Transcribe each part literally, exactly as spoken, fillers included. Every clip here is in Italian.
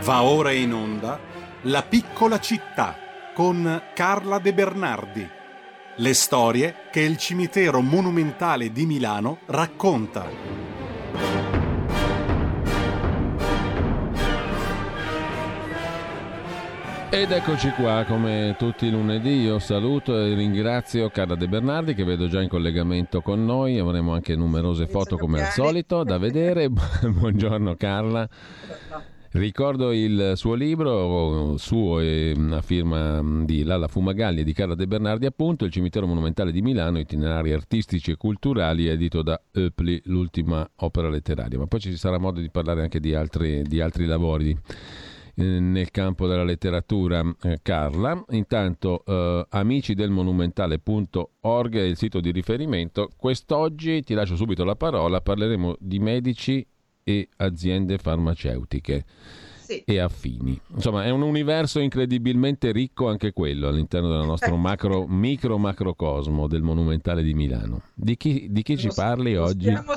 Va ora in onda La piccola città con Carla De Bernardi. Le storie che il cimitero monumentale di Milano racconta. Ed eccoci qua, come tutti i lunedì io saluto e ringrazio Carla De Bernardi, che vedo già in collegamento con noi. Avremo anche numerose foto come al solito da vedere. Buongiorno Carla. Ricordo il suo libro, suo e a firma di Lalla Fumagalli e di Carla De Bernardi, appunto, Il cimitero monumentale di Milano, itinerari artistici e culturali, edito da Oepli, l'ultima opera letteraria. Ma poi ci sarà modo di parlare anche di altri, di altri lavori eh, nel campo della letteratura, eh, Carla. Intanto eh, amici del monumentale punto org è il sito di riferimento. Quest'oggi, ti lascio subito la parola, parleremo di medici e aziende farmaceutiche sì. e affini. Insomma, è un universo incredibilmente ricco anche quello all'interno del nostro macro, micro macrocosmo del Monumentale di Milano. Di chi, di chi ci parli lo oggi? Stiamo,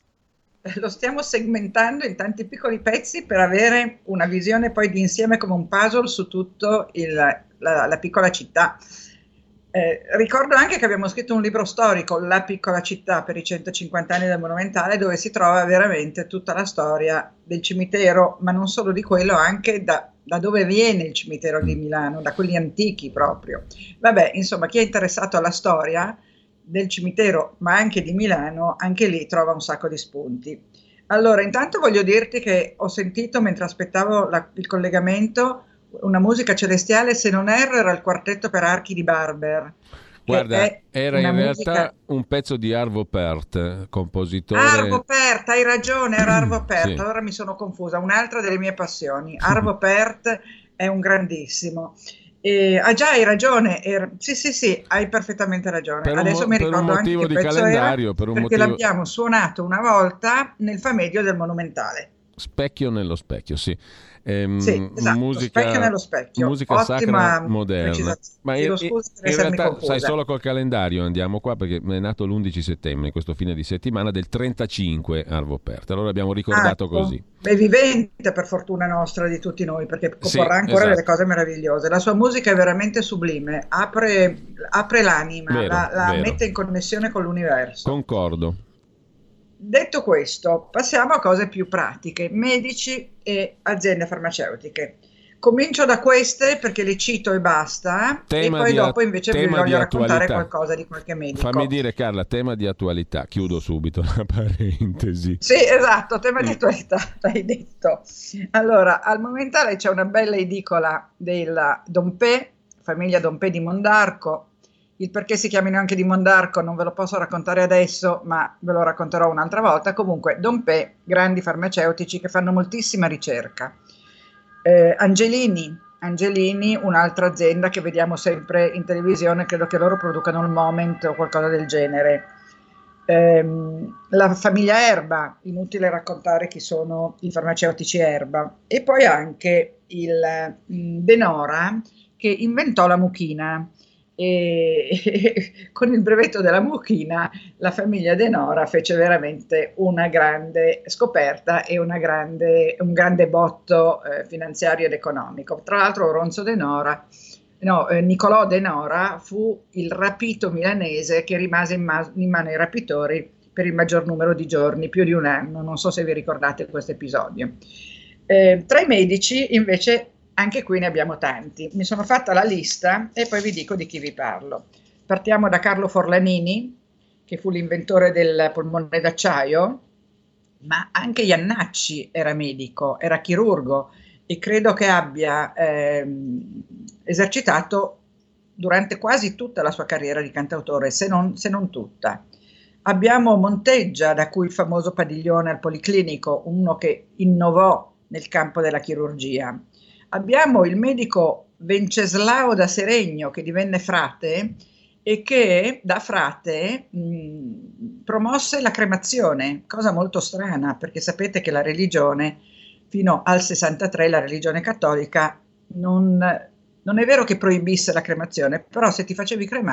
lo stiamo segmentando in tanti piccoli pezzi per avere una visione poi di insieme come un puzzle su tutto il, la, la piccola città. Eh, ricordo anche che abbiamo scritto un libro storico, La piccola città, per i centocinquanta anni del Monumentale, dove si trova veramente tutta la storia del cimitero, ma non solo di quello, anche da, da dove viene il cimitero di Milano, da quelli antichi proprio. Vabbè, insomma, chi è interessato alla storia del cimitero, ma anche di Milano, anche lì trova un sacco di spunti. Allora, intanto voglio dirti che ho sentito, mentre aspettavo la, il collegamento, una musica celestiale. Se non erro era il quartetto per archi di Barber. Guarda, era in musica... realtà un pezzo di Arvo Pärt, compositore. Arvo Pärt, hai ragione, era Arvo Pärt, sì. Allora mi sono confusa, un'altra delle mie passioni. Arvo Pärt è un grandissimo. E, ah già, hai ragione, er... sì sì sì, hai perfettamente ragione. Per Adesso un, mi per ricordo un anche motivo che di pezzo calendario, era, per un perché motivo... l'abbiamo suonato una volta nel Famedio del Monumentale. Specchio nello specchio, sì. Ehm, sì, esatto, musica, specchio nello specchio. musica Ottima sacra moderna. Ma Chiedo in, scusa per in essermi realtà confusa. sai, solo col calendario andiamo qua, perché è nato l'undici settembre, questo fine di settimana del trentacinque Arvo Pärt. Allora abbiamo ricordato ecco. così. È vivente, per fortuna nostra, di tutti noi, perché comporrà sì, ancora esatto. delle cose meravigliose. La sua musica è veramente sublime, apre, apre l'anima, vero, la, la vero. mette in connessione con l'universo. Concordo. Detto questo, passiamo a cose più pratiche, medici e aziende farmaceutiche. Comincio da queste perché le cito e basta, tema e poi di dopo a- invece vi voglio raccontare qualcosa di qualche medico. Fammi dire, Carla, tema di attualità, chiudo subito la parentesi. Sì, esatto, tema di attualità, l'hai detto. Allora, al Monumentale c'è una bella edicola della Dompé, famiglia Dompé di Mondarco. Il perché si chiamino anche di Mondarco non ve lo posso raccontare adesso, ma ve lo racconterò un'altra volta. Comunque, Dompé, grandi farmaceutici che fanno moltissima ricerca. Eh, Angelini, Angelini, un'altra azienda che vediamo sempre in televisione, credo che loro producano il Moment o qualcosa del genere. Eh, la famiglia Erba, inutile raccontare chi sono i farmaceutici Erba. E poi anche il mh, De Nora, che inventò la mucchina. E, e con il brevetto della mucchina la famiglia De Nora fece veramente una grande scoperta e una grande, un grande botto eh, finanziario ed economico. Tra l'altro Oronzo De Nora, no, eh, Niccolò De Nora fu il rapito milanese che rimase in, ma- in mano ai rapitori per il maggior numero di giorni, più di un anno. Non so se vi ricordate questo episodio. Eh, tra i medici invece anche qui ne abbiamo tanti. Mi sono fatta la lista e poi vi dico di chi vi parlo. Partiamo da Carlo Forlanini, che fu l'inventore del polmone d'acciaio, ma anche Iannacci era medico, era chirurgo e credo che abbia ehm, esercitato durante quasi tutta la sua carriera di cantautore, se non, se non tutta. Abbiamo Monteggia, da cui il famoso padiglione al Policlinico, uno che innovò nel campo della chirurgia. Abbiamo il medico Venceslao da Seregno, che divenne frate e che da frate mh, promosse la cremazione, cosa molto strana, perché sapete che la religione, fino al sessantatré, la religione cattolica, non, non è vero che proibisse la cremazione, però se ti facevi cremare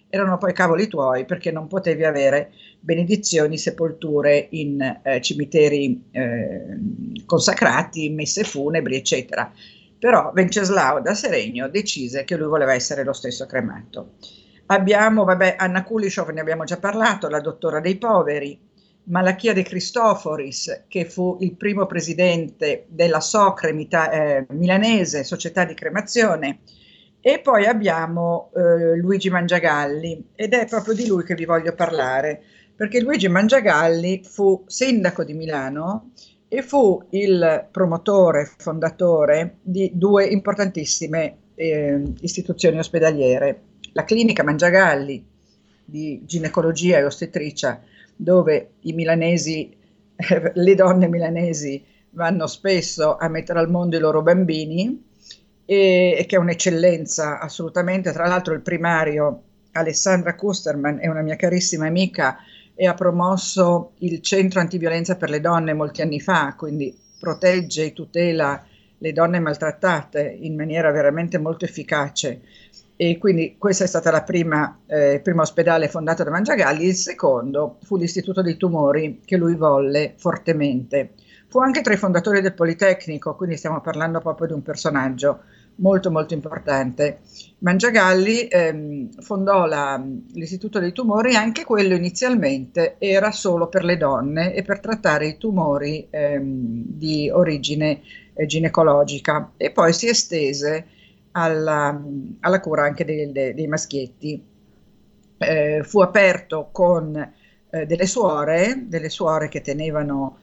erano poi cavoli tuoi, perché non potevi avere benedizioni, sepolture in eh, cimiteri eh, consacrati, messe funebri, eccetera. Però Venceslao da Seregno decise che lui voleva essere lo stesso cremato. Abbiamo, vabbè, Anna Kulishov, ne abbiamo già parlato, la dottora dei poveri, Malachia de Christoforis, che fu il primo presidente della Socre mita- eh, milanese, società di cremazione, e poi abbiamo eh, Luigi Mangiagalli, ed è proprio di lui che vi voglio parlare, perché Luigi Mangiagalli fu sindaco di Milano e fu il promotore, fondatore di due importantissime eh, istituzioni ospedaliere, la clinica Mangiagalli di ginecologia e ostetricia, dove i milanesi, eh, le donne milanesi vanno spesso a mettere al mondo i loro bambini, e, e che è un'eccellenza assolutamente. Tra l'altro il primario Alessandra Kusterman è una mia carissima amica e ha promosso il centro antiviolenza per le donne molti anni fa, quindi protegge e tutela le donne maltrattate in maniera veramente molto efficace. E quindi questa è stata la prima, eh, primo ospedale fondato da Mangiagalli. Il secondo fu l'Istituto dei Tumori, che lui volle fortemente. Fu anche tra i fondatori del Politecnico, quindi stiamo parlando proprio di un personaggio molto molto importante. Mangiagalli ehm, fondò la, l'Istituto dei Tumori, anche quello inizialmente era solo per le donne e per trattare i tumori ehm, di origine eh, ginecologica, e poi si estese alla, alla cura anche dei, dei, dei maschietti. Eh, fu aperto con eh, delle suore, delle suore che tenevano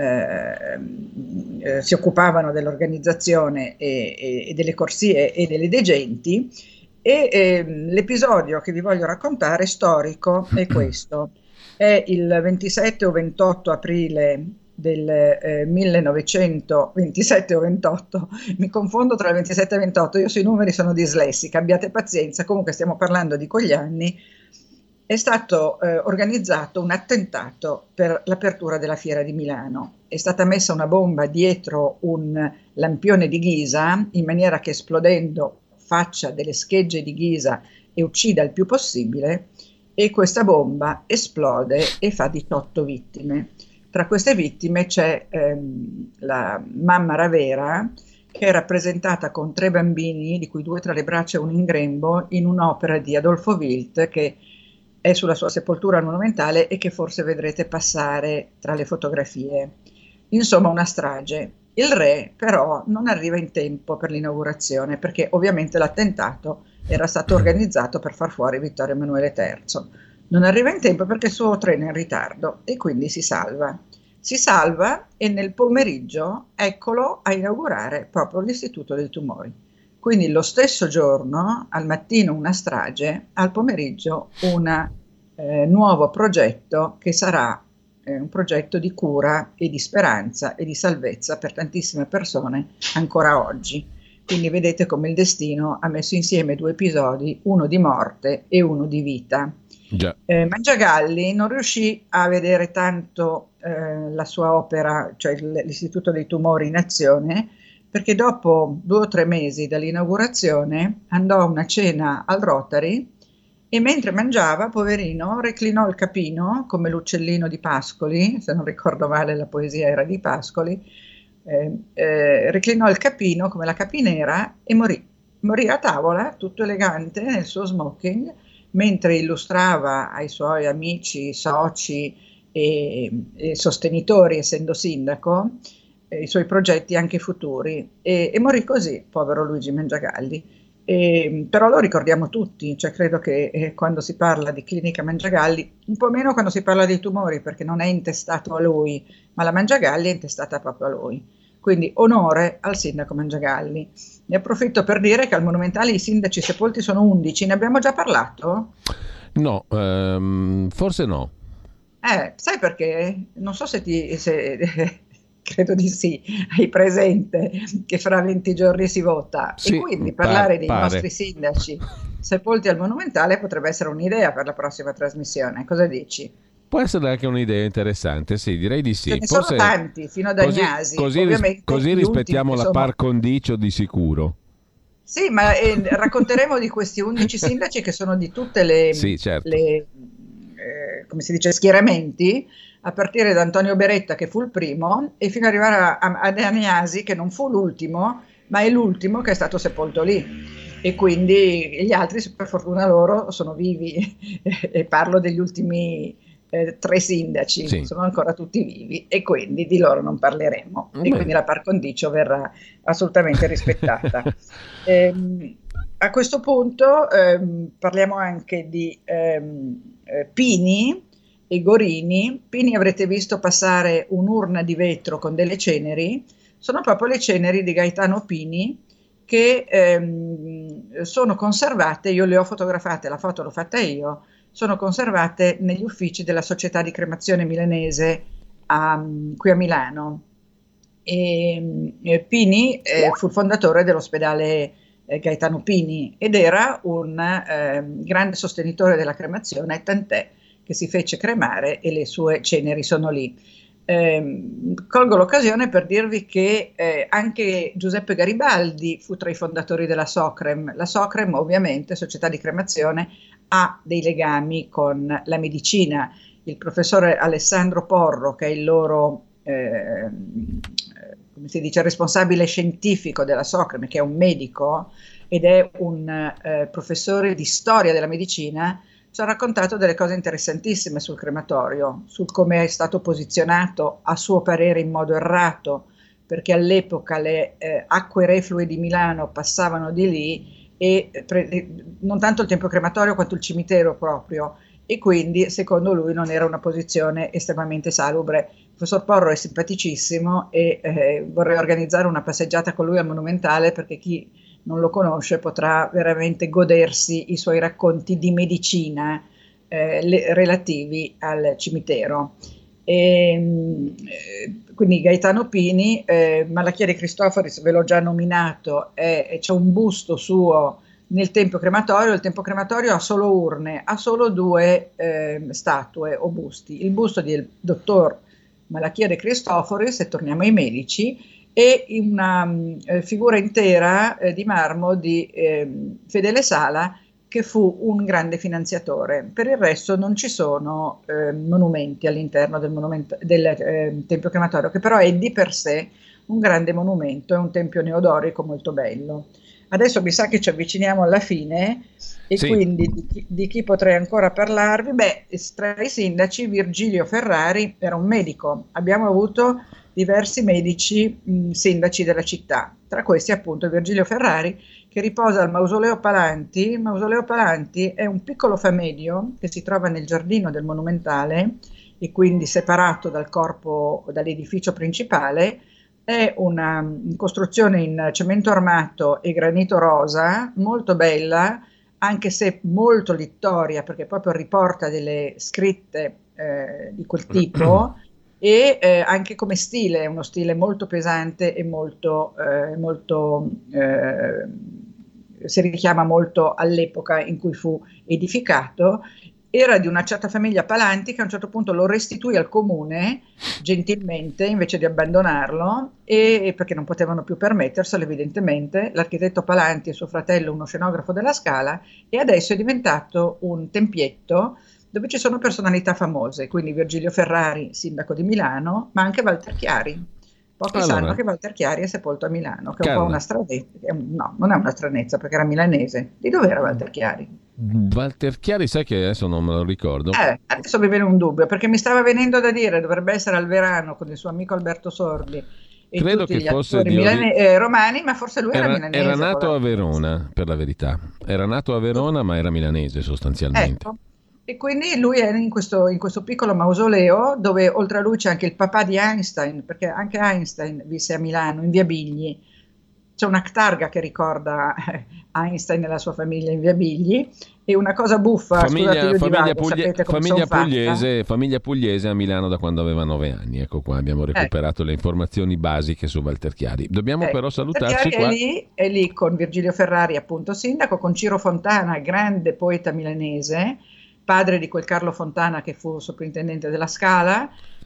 Eh, eh, si occupavano dell'organizzazione e, e, e delle corsie e delle degenti, e eh, l'episodio che vi voglio raccontare storico è questo. È il ventisette o ventotto aprile del eh, millenovecentoventisette o ventotto, mi confondo tra il ventisette e il ventotto, io sui numeri sono dislessica, abbiate pazienza, comunque stiamo parlando di quegli anni. È stato eh, organizzato un attentato per l'apertura della Fiera di Milano. È stata messa una bomba dietro un lampione di ghisa, in maniera che esplodendo faccia delle schegge di ghisa e uccida il più possibile, e questa bomba esplode e fa diciotto vittime. Tra queste vittime c'è ehm, la mamma Ravera, che è rappresentata con tre bambini, di cui due tra le braccia e uno in grembo, in un'opera di Adolfo Wild che è sulla sua sepoltura monumentale e che forse vedrete passare tra le fotografie. Insomma, una strage. Il re però non arriva in tempo per l'inaugurazione, perché ovviamente l'attentato era stato organizzato per far fuori Vittorio Emanuele terzo. Non arriva in tempo perché il suo treno è in ritardo e quindi si salva. Si salva e nel pomeriggio eccolo a inaugurare proprio l'Istituto dei Tumori. Quindi lo stesso giorno, al mattino una strage, al pomeriggio un eh, nuovo progetto che sarà eh, un progetto di cura e di speranza e di salvezza per tantissime persone ancora oggi. Quindi vedete come il destino ha messo insieme due episodi, uno di morte e uno di vita. Già. Eh, Mangiagalli non riuscì a vedere tanto eh, la sua opera, cioè l'Istituto dei Tumori in azione, perché dopo due o tre mesi dall'inaugurazione andò a una cena al Rotary e mentre mangiava, poverino, reclinò il capino come l'uccellino di Pascoli, se non ricordo male la poesia era di Pascoli, eh, eh, reclinò il capino come la capinera e morì. Morì a tavola, tutto elegante, nel suo smoking, mentre illustrava ai suoi amici, soci e, e sostenitori, essendo sindaco, i suoi progetti anche futuri, e, e morì così, povero Luigi Mangiagalli. E, però lo ricordiamo tutti, cioè credo che eh, quando si parla di clinica Mangiagalli, un po' meno quando si parla dei tumori, perché non è intestato a lui, ma la Mangiagalli è intestata proprio a lui. Quindi onore al sindaco Mangiagalli. Ne approfitto per dire che al Monumentale i sindaci sepolti sono undici, ne abbiamo già parlato? No, ehm, forse no. Eh, sai perché? Non so se ti... Se, credo di sì, hai presente che fra venti giorni si vota, sì, e quindi parlare par- dei pare. nostri sindaci sepolti al Monumentale potrebbe essere un'idea per la prossima trasmissione. Cosa dici? Può essere anche un'idea interessante, sì, direi di sì. Ce ne sono tanti, fino ad Agnasi. Così, così, ris- così rispettiamo la par condicio di sicuro. Sì, ma eh, racconteremo di questi undici sindaci che sono di tutte le, sì, certo. le eh, come si dice, schieramenti, a partire da Antonio Beretta che fu il primo e fino ad arrivare a, a, ad Agnasi che non fu l'ultimo, ma è l'ultimo che è stato sepolto lì. E quindi gli altri, per fortuna loro, sono vivi e parlo degli ultimi eh, tre sindaci, sì. Sono ancora tutti vivi e quindi di loro non parleremo. Beh. E quindi la par condicio verrà assolutamente rispettata. ehm, a questo punto ehm, parliamo anche di ehm, eh, Pini e Gorini. Pini avrete visto passare un'urna di vetro con delle ceneri, sono proprio le ceneri di Gaetano Pini, che ehm, sono conservate, io le ho fotografate, la foto l'ho fatta io, sono conservate negli uffici della Società di Cremazione Milanese a, qui a Milano. E, e Pini eh, fu il fondatore dell'ospedale eh, Gaetano Pini ed era un eh, grande sostenitore della cremazione, tant'è che si fece cremare e le sue ceneri sono lì. Eh, colgo l'occasione per dirvi che eh, anche Giuseppe Garibaldi fu tra i fondatori della Socrem. La Socrem, ovviamente, società di cremazione, ha dei legami con la medicina. Il professore Alessandro Porro, che è il loro eh, come si dice, responsabile scientifico della Socrem, che è un medico ed è un eh, professore di storia della medicina, ci ha raccontato delle cose interessantissime sul crematorio, sul come è stato posizionato, a suo parere in modo errato, perché all'epoca le eh, acque reflue di Milano passavano di lì e pre- non tanto il tempio crematorio quanto il cimitero proprio, e quindi secondo lui non era una posizione estremamente salubre. Il professor Porro è simpaticissimo e eh, vorrei organizzare una passeggiata con lui al Monumentale, perché chi non lo conosce potrà veramente godersi i suoi racconti di medicina eh, le, relativi al cimitero. E, eh, quindi Gaetano Pini, eh, Malachieri Cristoforis ve l'ho già nominato, è, c'è un busto suo nel tempio crematorio. Il tempio crematorio ha solo urne, ha solo due eh, statue o busti, il busto del dottor Malachieri Cristoforis, se torniamo ai medici, e una eh, figura intera eh, di marmo di eh, Fedele Sala, che fu un grande finanziatore. Per il resto non ci sono eh, monumenti all'interno del, monumento, del eh, tempio crematorio, che però è di per sé un grande monumento, è un tempio neodorico molto bello. Adesso mi sa che ci avviciniamo alla fine e sì. Quindi di chi, di chi potrei ancora parlarvi? Beh, tra i sindaci Virgilio Ferrari era un medico, abbiamo avuto diversi medici mh, sindaci della città, tra questi appunto Virgilio Ferrari, che riposa al Mausoleo Palanti. Il Mausoleo Palanti è un piccolo famedio che si trova nel giardino del Monumentale e quindi separato dal corpo, dall'edificio principale. È una costruzione in cemento armato e granito rosa, molto bella, anche se molto littoria, perché proprio riporta delle scritte eh, di quel tipo, e eh, anche come stile, è uno stile molto pesante e molto, eh, molto eh, si richiama molto all'epoca in cui fu edificato. Era di una certa famiglia Palanti, che a un certo punto lo restituì al comune gentilmente invece di abbandonarlo, e perché non potevano più permetterselo evidentemente. L'architetto Palanti e suo fratello, uno scenografo della Scala, e adesso è diventato un tempietto dove ci sono personalità famose, quindi Virgilio Ferrari, sindaco di Milano, ma anche Walter Chiari. Pochi allora. sanno che Walter Chiari è sepolto a Milano, che è Carla. un po' una stranezza. No, non è una stranezza, perché era milanese. Di dove era Walter Chiari? Walter Chiari, sai che adesso non me lo ricordo. Eh, adesso mi viene un dubbio, perché mi stava venendo da dire, dovrebbe essere al Verano con il suo amico Alberto Sordi e credo tutti che gli fosse attori di milane- eh, romani, ma forse lui era, era milanese. Era nato a Verona, per la verità. Era nato a Verona, ma era milanese sostanzialmente. Ecco. E quindi lui è in questo, in questo piccolo mausoleo, dove oltre a lui c'è anche il papà di Einstein, perché anche Einstein visse a Milano, in via Bigli. C'è una targa che ricorda Einstein e la sua famiglia in via Bigli. E una cosa buffa, famiglia, scusate, famiglia, divago, Puglie, famiglia, pugliese, famiglia pugliese a Milano da quando aveva nove anni. Ecco qua, abbiamo recuperato ecco. le informazioni basiche su Walter Chiari. Dobbiamo ecco, però salutarci qua. È lì, è lì con Virgilio Ferrari, appunto sindaco, con Ciro Fontana, grande poeta milanese, padre di quel Carlo Fontana che fu soprintendente della Scala.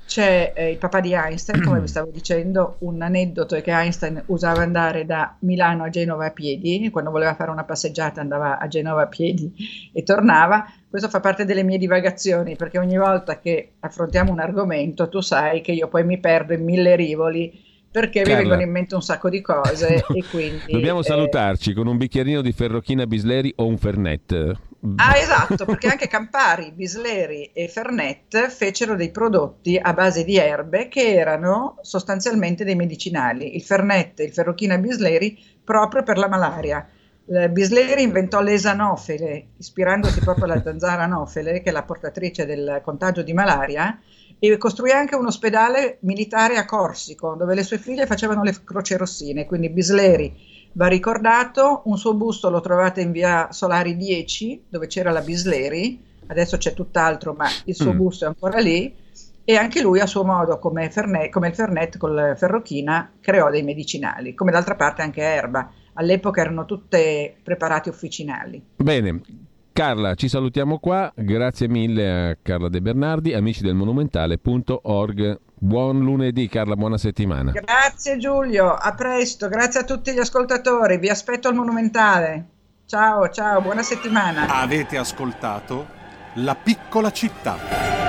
c'è eh, il papà di Einstein, come vi stavo dicendo. Un aneddoto è che Einstein usava andare da Milano a Genova a piedi, quando voleva fare una passeggiata andava a Genova a piedi e tornava. Questo fa parte delle mie divagazioni, perché ogni volta che affrontiamo un argomento tu sai che io poi mi perdo in mille rivoli, perché Carla, mi vengono in mente un sacco di cose no, e quindi... Dobbiamo eh, salutarci con un bicchierino di Ferrochina Bisleri o un Fernet. Ah, esatto, perché anche Campari, Bisleri e Fernet fecero dei prodotti a base di erbe che erano sostanzialmente dei medicinali. Il Fernet e il Ferrochina Bisleri proprio per la malaria. Il Bisleri inventò le esanofele, ispirandosi proprio alla zanzara anofele, che è la portatrice del contagio di malaria, e costruì anche un ospedale militare a Corsico, dove le sue figlie facevano le croce rossine. Quindi Bisleri va ricordato, un suo busto lo trovate in via Solari dieci, dove c'era la Bisleri, adesso c'è tutt'altro, ma il suo Mm. busto è ancora lì, e anche lui a suo modo, come, Fernet, come il Fernet con Ferrochina, creò dei medicinali, come d'altra parte anche Erba. All'epoca erano tutte preparati officinali. Bene, Carla, ci salutiamo qua. Grazie mille a Carla De Bernardi, amici del monumentale punto org. Buon lunedì, Carla, buona settimana. Grazie Giulio, a presto, grazie a tutti gli ascoltatori, vi aspetto al Monumentale. Ciao, ciao, buona settimana. Avete ascoltato La piccola città.